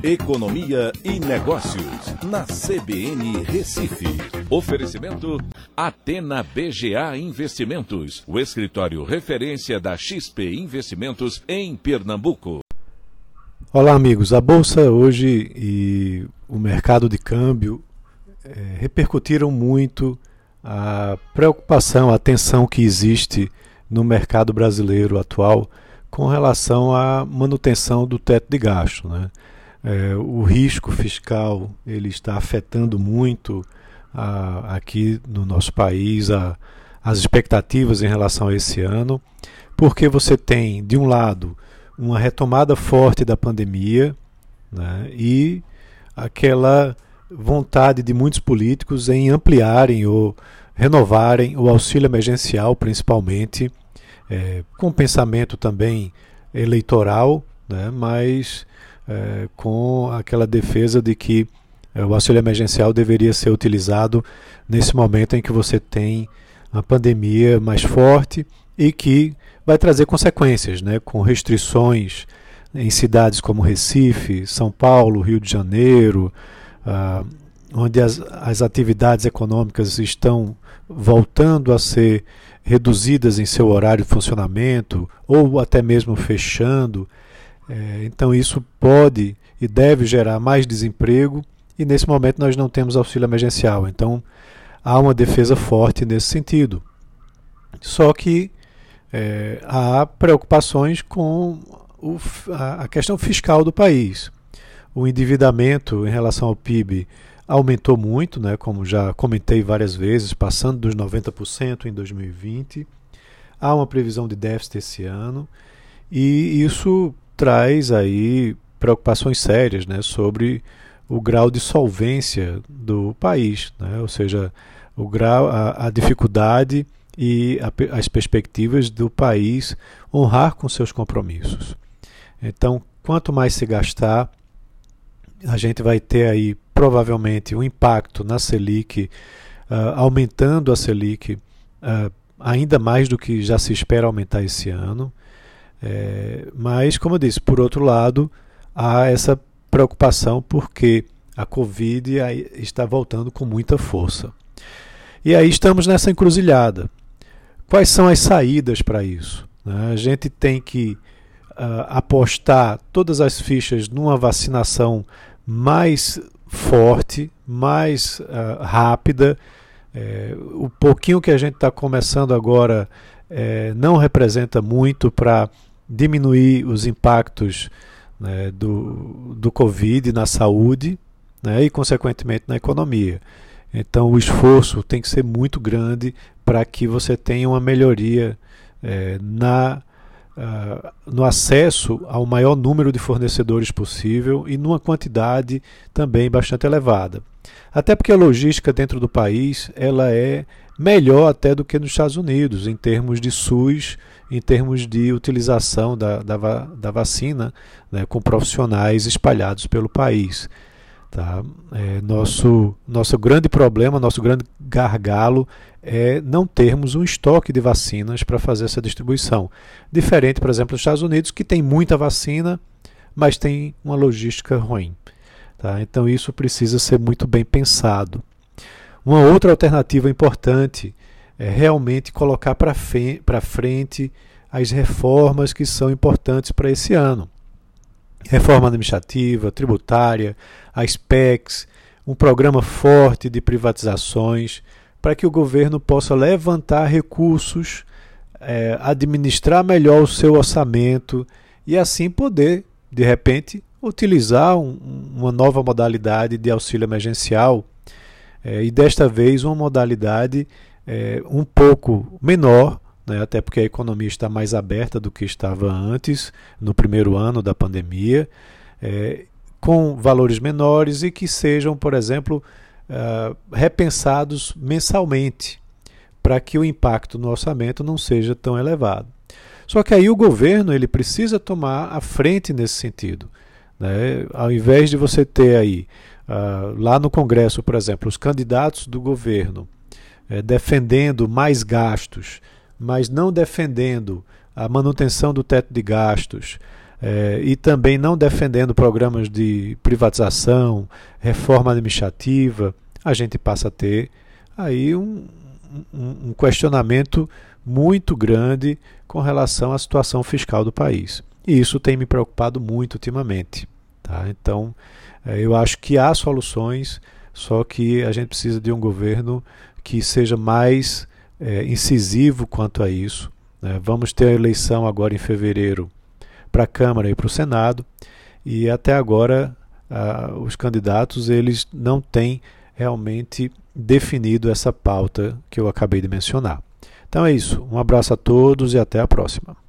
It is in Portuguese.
Economia e Negócios, na CBN Recife. Oferecimento Atena BGA Investimentos, o escritório referência da XP Investimentos em Pernambuco. Olá amigos, a Bolsa hoje e o mercado de câmbio repercutiram muito a preocupação, a tensão que existe no mercado brasileiro atual com relação à manutenção do teto de gasto, né? O risco fiscal ele está afetando muito aqui no nosso país as expectativas em relação a esse ano, porque você tem, de um lado, uma retomada forte da pandemia, né, e aquela vontade de muitos políticos em ampliarem ou renovarem o auxílio emergencial, principalmente, com pensamento também eleitoral, né, mas com aquela defesa de que o auxílio emergencial deveria ser utilizado nesse momento em que você tem a pandemia mais forte e que vai trazer consequências, né, com restrições em cidades como Recife, São Paulo, Rio de Janeiro, onde as atividades econômicas estão voltando a ser reduzidas em seu horário de funcionamento ou até mesmo fechando. Então isso pode e deve gerar mais desemprego e nesse momento nós não temos auxílio emergencial. Então há uma defesa forte nesse sentido. Só que há preocupações com a questão fiscal do país. O endividamento em relação ao PIB aumentou muito, né, como já comentei várias vezes, passando dos 90% em 2020. Há uma previsão de déficit esse ano e isso traz aí preocupações sérias, né, sobre o grau de solvência do país, né, ou seja, o grau, a dificuldade e as perspectivas do país honrar com seus compromissos. Então, quanto mais se gastar, a gente vai ter aí provavelmente um impacto na Selic, aumentando a Selic ainda mais do que já se espera aumentar esse ano. Mas, como eu disse, por outro lado, há essa preocupação porque a Covid está voltando com muita força. E aí estamos nessa encruzilhada. Quais são as saídas para isso? A gente tem que apostar todas as fichas numa vacinação mais forte, mais rápida. O pouquinho que a gente está começando agora não representa muito para diminuir os impactos, né, do Covid na saúde, né, e consequentemente na economia. Então o esforço tem que ser muito grande para que você tenha uma melhoria no acesso ao maior número de fornecedores possível e numa quantidade também bastante elevada. Até porque a logística dentro do país ela é melhor até do que nos Estados Unidos, em termos de SUS, em termos de utilização da vacina, né, com profissionais espalhados pelo país. Tá? Nosso grande problema, nosso grande gargalo é não termos um estoque de vacinas para fazer essa distribuição. Diferente, por exemplo, dos Estados Unidos, que tem muita vacina, mas tem uma logística ruim. Tá? Então isso precisa ser muito bem pensado. Uma outra alternativa importante é realmente colocar para frente as reformas que são importantes para esse ano. Reforma administrativa, tributária, as PECs, um programa forte de privatizações, para que o governo possa levantar recursos, administrar melhor o seu orçamento e assim poder, de repente, utilizar uma nova modalidade de auxílio emergencial, e desta vez uma modalidade um pouco menor, né, até porque a economia está mais aberta do que estava antes, no primeiro ano da pandemia, com valores menores e que sejam, por exemplo, repensados mensalmente, para que o impacto no orçamento não seja tão elevado. Só que aí o governo ele precisa tomar a frente nesse sentido, né? Ao invés de você ter aí, lá no Congresso, por exemplo, os candidatos do governo defendendo mais gastos, mas não defendendo a manutenção do teto de gastos, e também não defendendo programas de privatização, reforma administrativa, a gente passa a ter aí um questionamento muito grande com relação à situação fiscal do país. E isso tem me preocupado muito ultimamente. Tá? Então, eu acho que há soluções, só que a gente precisa de um governo que seja mais incisivo quanto a isso. Né? Vamos ter a eleição agora em fevereiro para a Câmara e para o Senado, e até agora os candidatos eles não têm realmente definido essa pauta que eu acabei de mencionar. Então é isso, um abraço a todos e até a próxima.